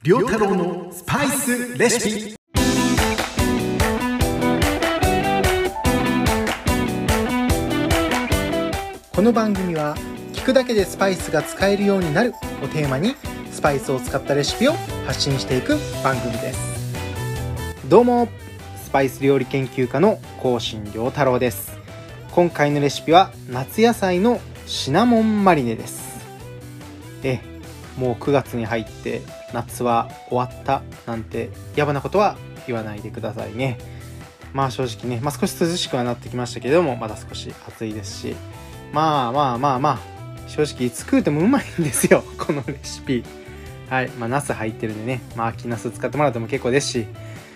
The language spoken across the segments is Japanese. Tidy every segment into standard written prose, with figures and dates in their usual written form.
良太郎のスパイスレシピ。この番組は聞くだけでスパイスが使えるようになるをテーマにスパイスを使ったレシピを発信していく番組です。どうも、スパイス料理研究家の香辛良太郎です。今回のレシピは夏野菜のシナモンマリネです。もう9月に入って夏は終わったなんてやばなことは言わないでくださいね。まあ正直ね、少し涼しくはなってきましたけれども、まだ少し暑いですし、まあ正直いつ食うてもうまいんですよ、このレシピ。はい、ナス入ってるんでね、秋ナス使ってもらっても結構ですし、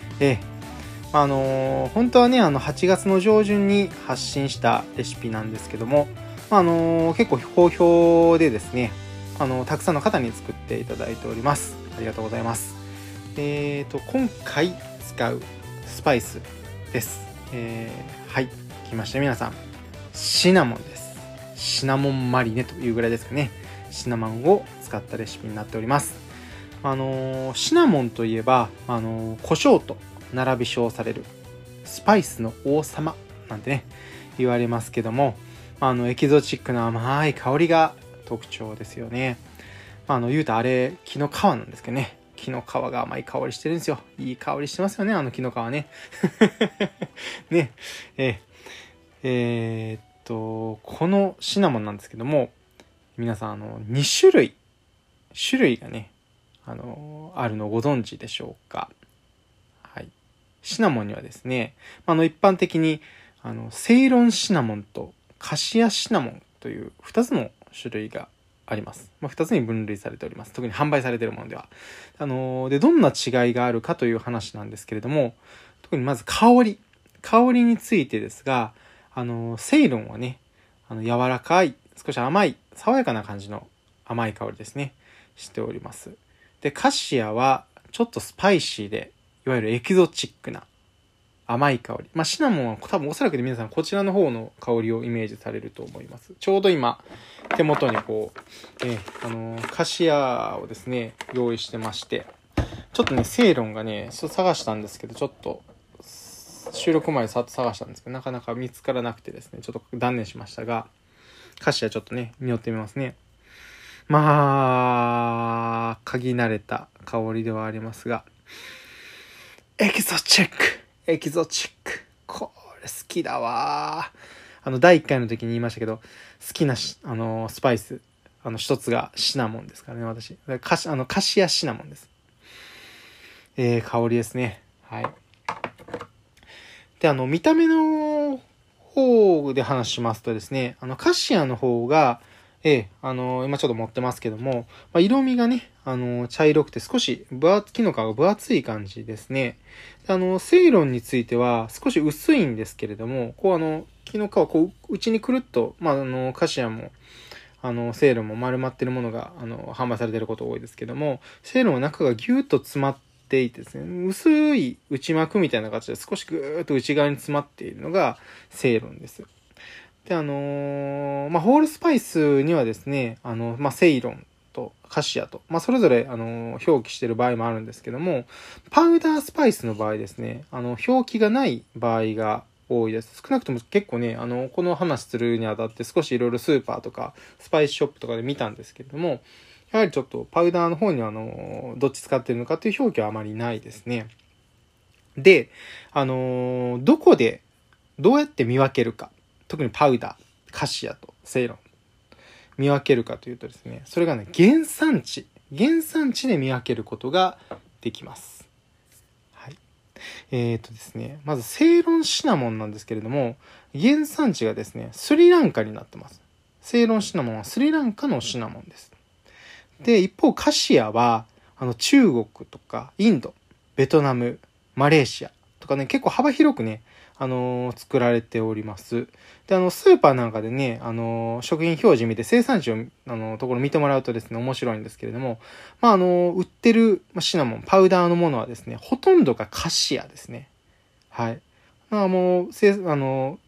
本当はね、8月の上旬に発信したレシピなんですけども、結構好評でですね、たくさんの方に作っていただいております。ありがとうございます。今回使うスパイスです。はい、来ました皆さん。シナモンです。シナモンマリネというぐらいですかね。シナモンを使ったレシピになっております。シナモンといえば、胡椒と並び称されるスパイスの王様なんてね、言われますけども、エキゾチックな甘い香りが特徴ですよね。言うとあれ木の皮なんですけどね、木の皮が甘い香りしてるんですよ。いい香りしてますよね、木の皮ね。ね、このシナモンなんですけども、皆さん2種類がねあるのをご存知でしょうか。はい、シナモンにはですね、一般的にセイロンシナモンとカシアシナモンという2つの種類があります。2つに分類されております。特に販売されているものでは。で、どんな違いがあるかという話なんですけれども、特にまず香りについてですが、セイロンはね、柔らかい、少し甘い、爽やかな感じの甘い香りですね、しております。で、カシアはちょっとスパイシーで、いわゆるエキゾチックな甘い香り。シナモンは多分おそらく皆さんこちらの方の香りをイメージされると思います。ちょうど今手元にカシアをですね用意してまして、ちょっとねセイロンがね探したんですけど、ちょっと収録前にさっと探したんですけどなかなか見つからなくてですね、ちょっと断念しましたが、カシアちょっとね匂ってみますね。嗅ぎ慣れた香りではありますが、エキゾチック。これ好きだわ。第1回の時に言いましたけど、好きなスパイス、一つがシナモンですからね、私。カシアシナモンです。香りですね。はい。で、見た目の方で話しますとですね、カシアの方が、今ちょっと持ってますけども、色味がね、茶色くて少し木の皮が分厚い感じですね。セイロンについては少し薄いんですけれども、木の皮内にくるっと、カシアもセイロンも丸まってるものが販売されていること多いですけども、セイロンは中がギュッと詰まっていてですね、薄い内膜みたいな形で少しぐーっと内側に詰まっているのがセイロンです。で、ホールスパイスにはですね、セイロンとカシアと、それぞれ、表記している場合もあるんですけども、パウダースパイスの場合ですね、表記がない場合が多いです。少なくとも結構ね、この話するにあたって少しいろいろスーパーとか、スパイスショップとかで見たんですけれども、やはりちょっとパウダーの方には、どっち使っているのかという表記はあまりないですね。で、どうやって見分けるか。特にパウダー、カシアとセイロン見分けるかというとですね、それがね原産地で見分けることができます。はい。ですね、まずセイロンシナモンなんですけれども、原産地がですねスリランカになってます。セイロンシナモンはスリランカのシナモンです。で、一方カシアは中国とかインド、ベトナム、マレーシアとかね、結構幅広くね作られております。で、スーパーなんかでね、食品表示見て生産地を、ところ見てもらうとですね、面白いんですけれども、売ってるシナモン、パウダーのものはですね、ほとんどがカシアですね。はい。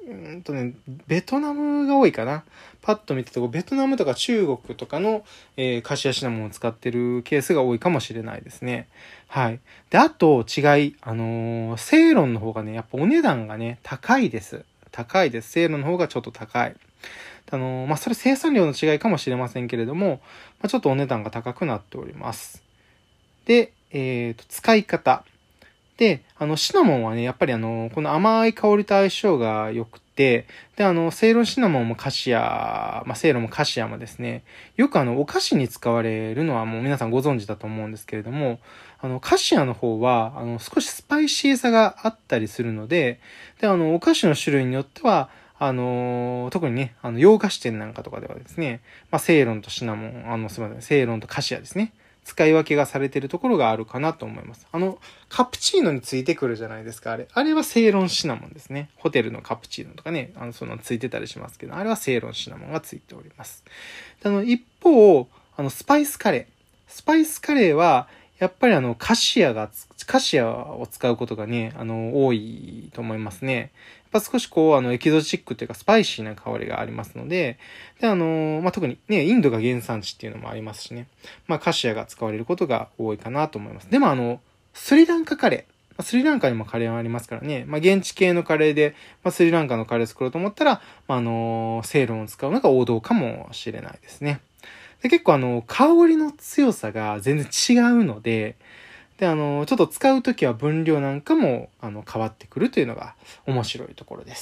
ベトナムが多いかな。パッと見たとこベトナムとか中国とかの、カシアシナモンを使ってるケースが多いかもしれないですね。はい。で、あと違い、セイロンの方がね、やっぱお値段がね、高いです。高いです。セイロンの方がちょっと高い。それ生産量の違いかもしれませんけれども、ちょっとお値段が高くなっております。で、使い方。で、シナモンはね、やっぱりこの甘い香りと相性が良くて、で、セイロンシナモンもカシア、セイロンもカシアもですね、よくお菓子に使われるのはもう皆さんご存知だと思うんですけれども、カシアの方は、少しスパイシーさがあったりするので、で、お菓子の種類によっては、特にね、洋菓子店なんかとかではですね、セイロンとシナモン、すみません、セイロンとカシアですね。使い分けがされているところがあるかなと思います。カプチーノについてくるじゃないですか、あれ。あれはセイロンシナモンですね。ホテルのカプチーノとかね、ついてたりしますけど、あれはセイロンシナモンがついております。一方、スパイスカレー。スパイスカレーは、やっぱりカシアを使うことがね、多いと思いますね。やっぱ少しエキゾチックというかスパイシーな香りがありますので、で、特にね、インドが原産地っていうのもありますしね。カシアが使われることが多いかなと思います。でもスリランカカレー。スリランカにもカレーはありますからね。現地系のカレーで、スリランカのカレー作ろうと思ったら、セイロンを使うのが王道かもしれないですね。で、結構香りの強さが全然違うので、で、ちょっと使うときは分量なんかも、変わってくるというのが面白いところです。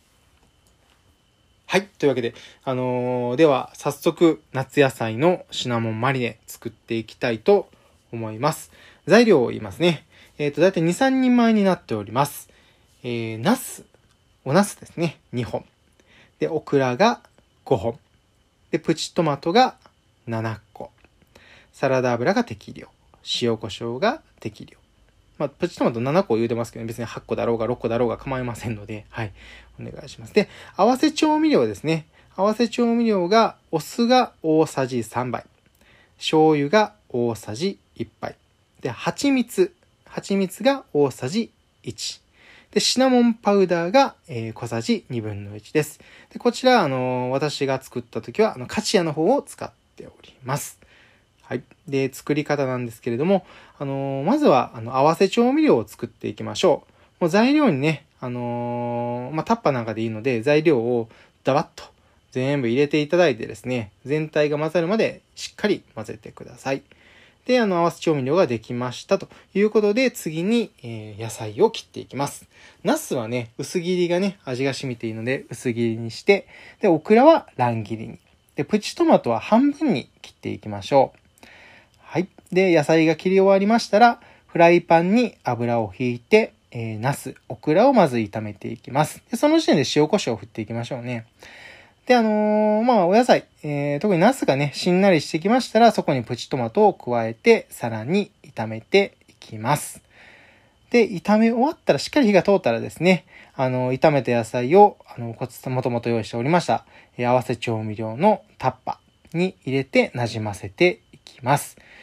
はい。というわけで、では、早速、夏野菜のシナモンマリネ作っていきたいと思います。材料を言いますね。だいたい2、3人前になっております。お茄子ですね。2本。で、オクラが5本。で、プチトマトが7個。サラダ油が適量。塩コショウが適量。プチトマト7個言うてますけど、別に8個だろうが6個だろうが構いませんので、はい。お願いします。で、合わせ調味料ですね。合わせ調味料が、お酢が大さじ3杯。醤油が大さじ1杯。で、蜂蜜が大さじ1。で、シナモンパウダーが、小さじ1分の1です。で、こちら、私が作った時は、カチアの方を使っております。はい。で、作り方なんですけれども、まずは、合わせ調味料を作っていきましょう。もう材料にね、タッパーなんかでいいので、材料をダバッと全部入れていただいてですね、全体が混ざるまでしっかり混ぜてください。で、合わせ調味料ができましたということで、次に、野菜を切っていきます。ナスはね、薄切りがね、味が染みているので、薄切りにして、で、オクラは乱切りに。で、プチトマトは半分に切っていきましょう。はい。で、野菜が切り終わりましたら、フライパンに油を引いて、ナス、オクラをまず炒めていきます。で、その時点で塩コショウを振っていきましょうね。で、お野菜、特にナスがね、しんなりしてきましたら、そこにプチトマトを加えて、さらに炒めていきます。で、炒め終わったら、しっかり火が通ったらですね、炒めた野菜を、もともと用意しておりました、合わせ調味料のタッパに入れて馴染ませていきます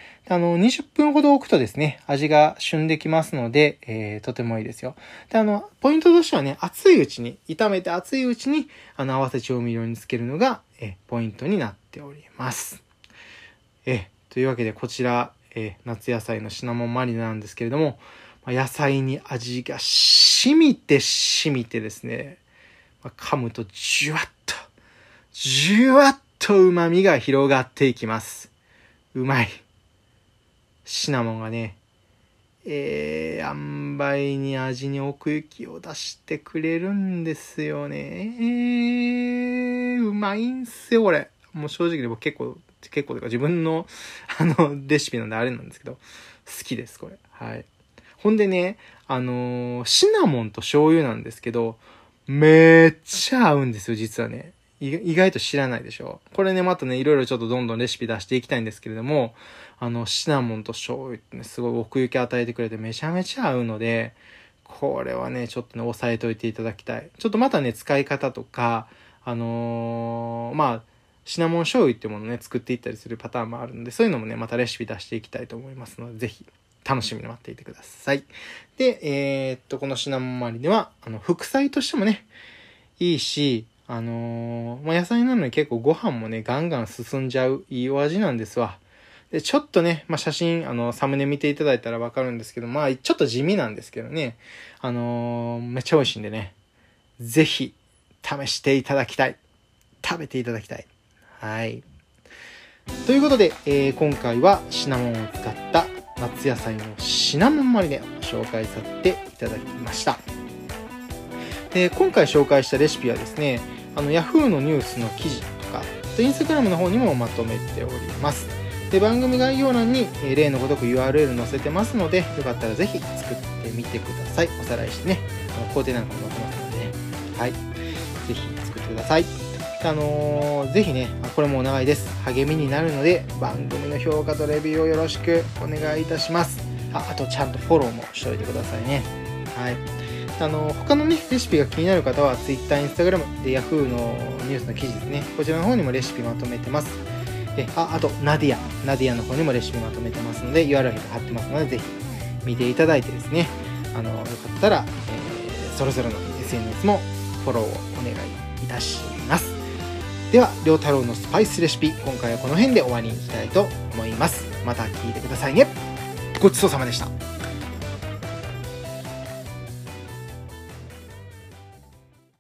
。20分ほど置くとですね、味が旬できますので、とてもいいですよ。で、ポイントとしてはね、炒めて熱いうちに、合わせ調味料につけるのが、ポイントになっております。というわけで、こちら、夏野菜のシナモンマリネなんですけれども、野菜に味が染みてですね、噛むとじゅわっと旨味が広がっていきます。うまい。シナモンがね、塩梅に味に奥行きを出してくれるんですよね。うまいんすよ、これ。もう正直で僕結構というか自分のレシピなんであれなんですけど、好きです、これ。はい。ほんでね、シナモンと醤油なんですけど、めっちゃ合うんですよ、実はね。意外と知らないでしょ。これね、またね、いろいろちょっとどんどんレシピ出していきたいんですけれども、シナモンと醤油ってね、すごい奥行き与えてくれてめちゃめちゃ合うので、これはね、ちょっとね、押さえといていただきたい。ちょっとまたね、使い方とか、シナモン醤油ってものをね、作っていったりするパターンもあるので、そういうのもね、またレシピ出していきたいと思いますので、ぜひ、楽しみに待っていてください。で、このシナモンマリネは、副菜としてもね、 いいし、野菜なのに結構ご飯もね、ガンガン進んじゃういいお味なんですわ。で、ちょっとね、写真、サムネ見ていただいたらわかるんですけど、ちょっと地味なんですけどね、めっちゃ美味しいんでね、ぜひ、試していただきたい。食べていただきたい。はい。ということで、今回はシナモンを使った夏野菜のシナモンマリネを紹介させていただきました。で、今回紹介したレシピはですね、Yahoo のニュースの記事とか、Instagram の方にもまとめております。で、番組概要欄に例のごとく URL 載せてますので、よかったらぜひ作ってみてください。おさらいしてね、工程なんかも載ってますのでね。はい。ぜひ作ってください。ぜひね、これもお長いです。励みになるので、番組の評価とレビューをよろしくお願いいたします。あとちゃんとフォローもしておいてくださいね。はい。他のね、レシピが気になる方は Twitter、Instagram で Yahoo のニュースの記事ですね。こちらの方にもレシピまとめてます。あと、ナディアの方にもレシピまとめてますので、URL 貼ってますので、ぜひ見ていただいてですね、よかったら、それぞれの SNS もフォローをお願いいたします。では、りょうたろうのスパイスレシピ、今回はこの辺で終わりにしたいと思います。また聞いてくださいね。ごちそうさまでした。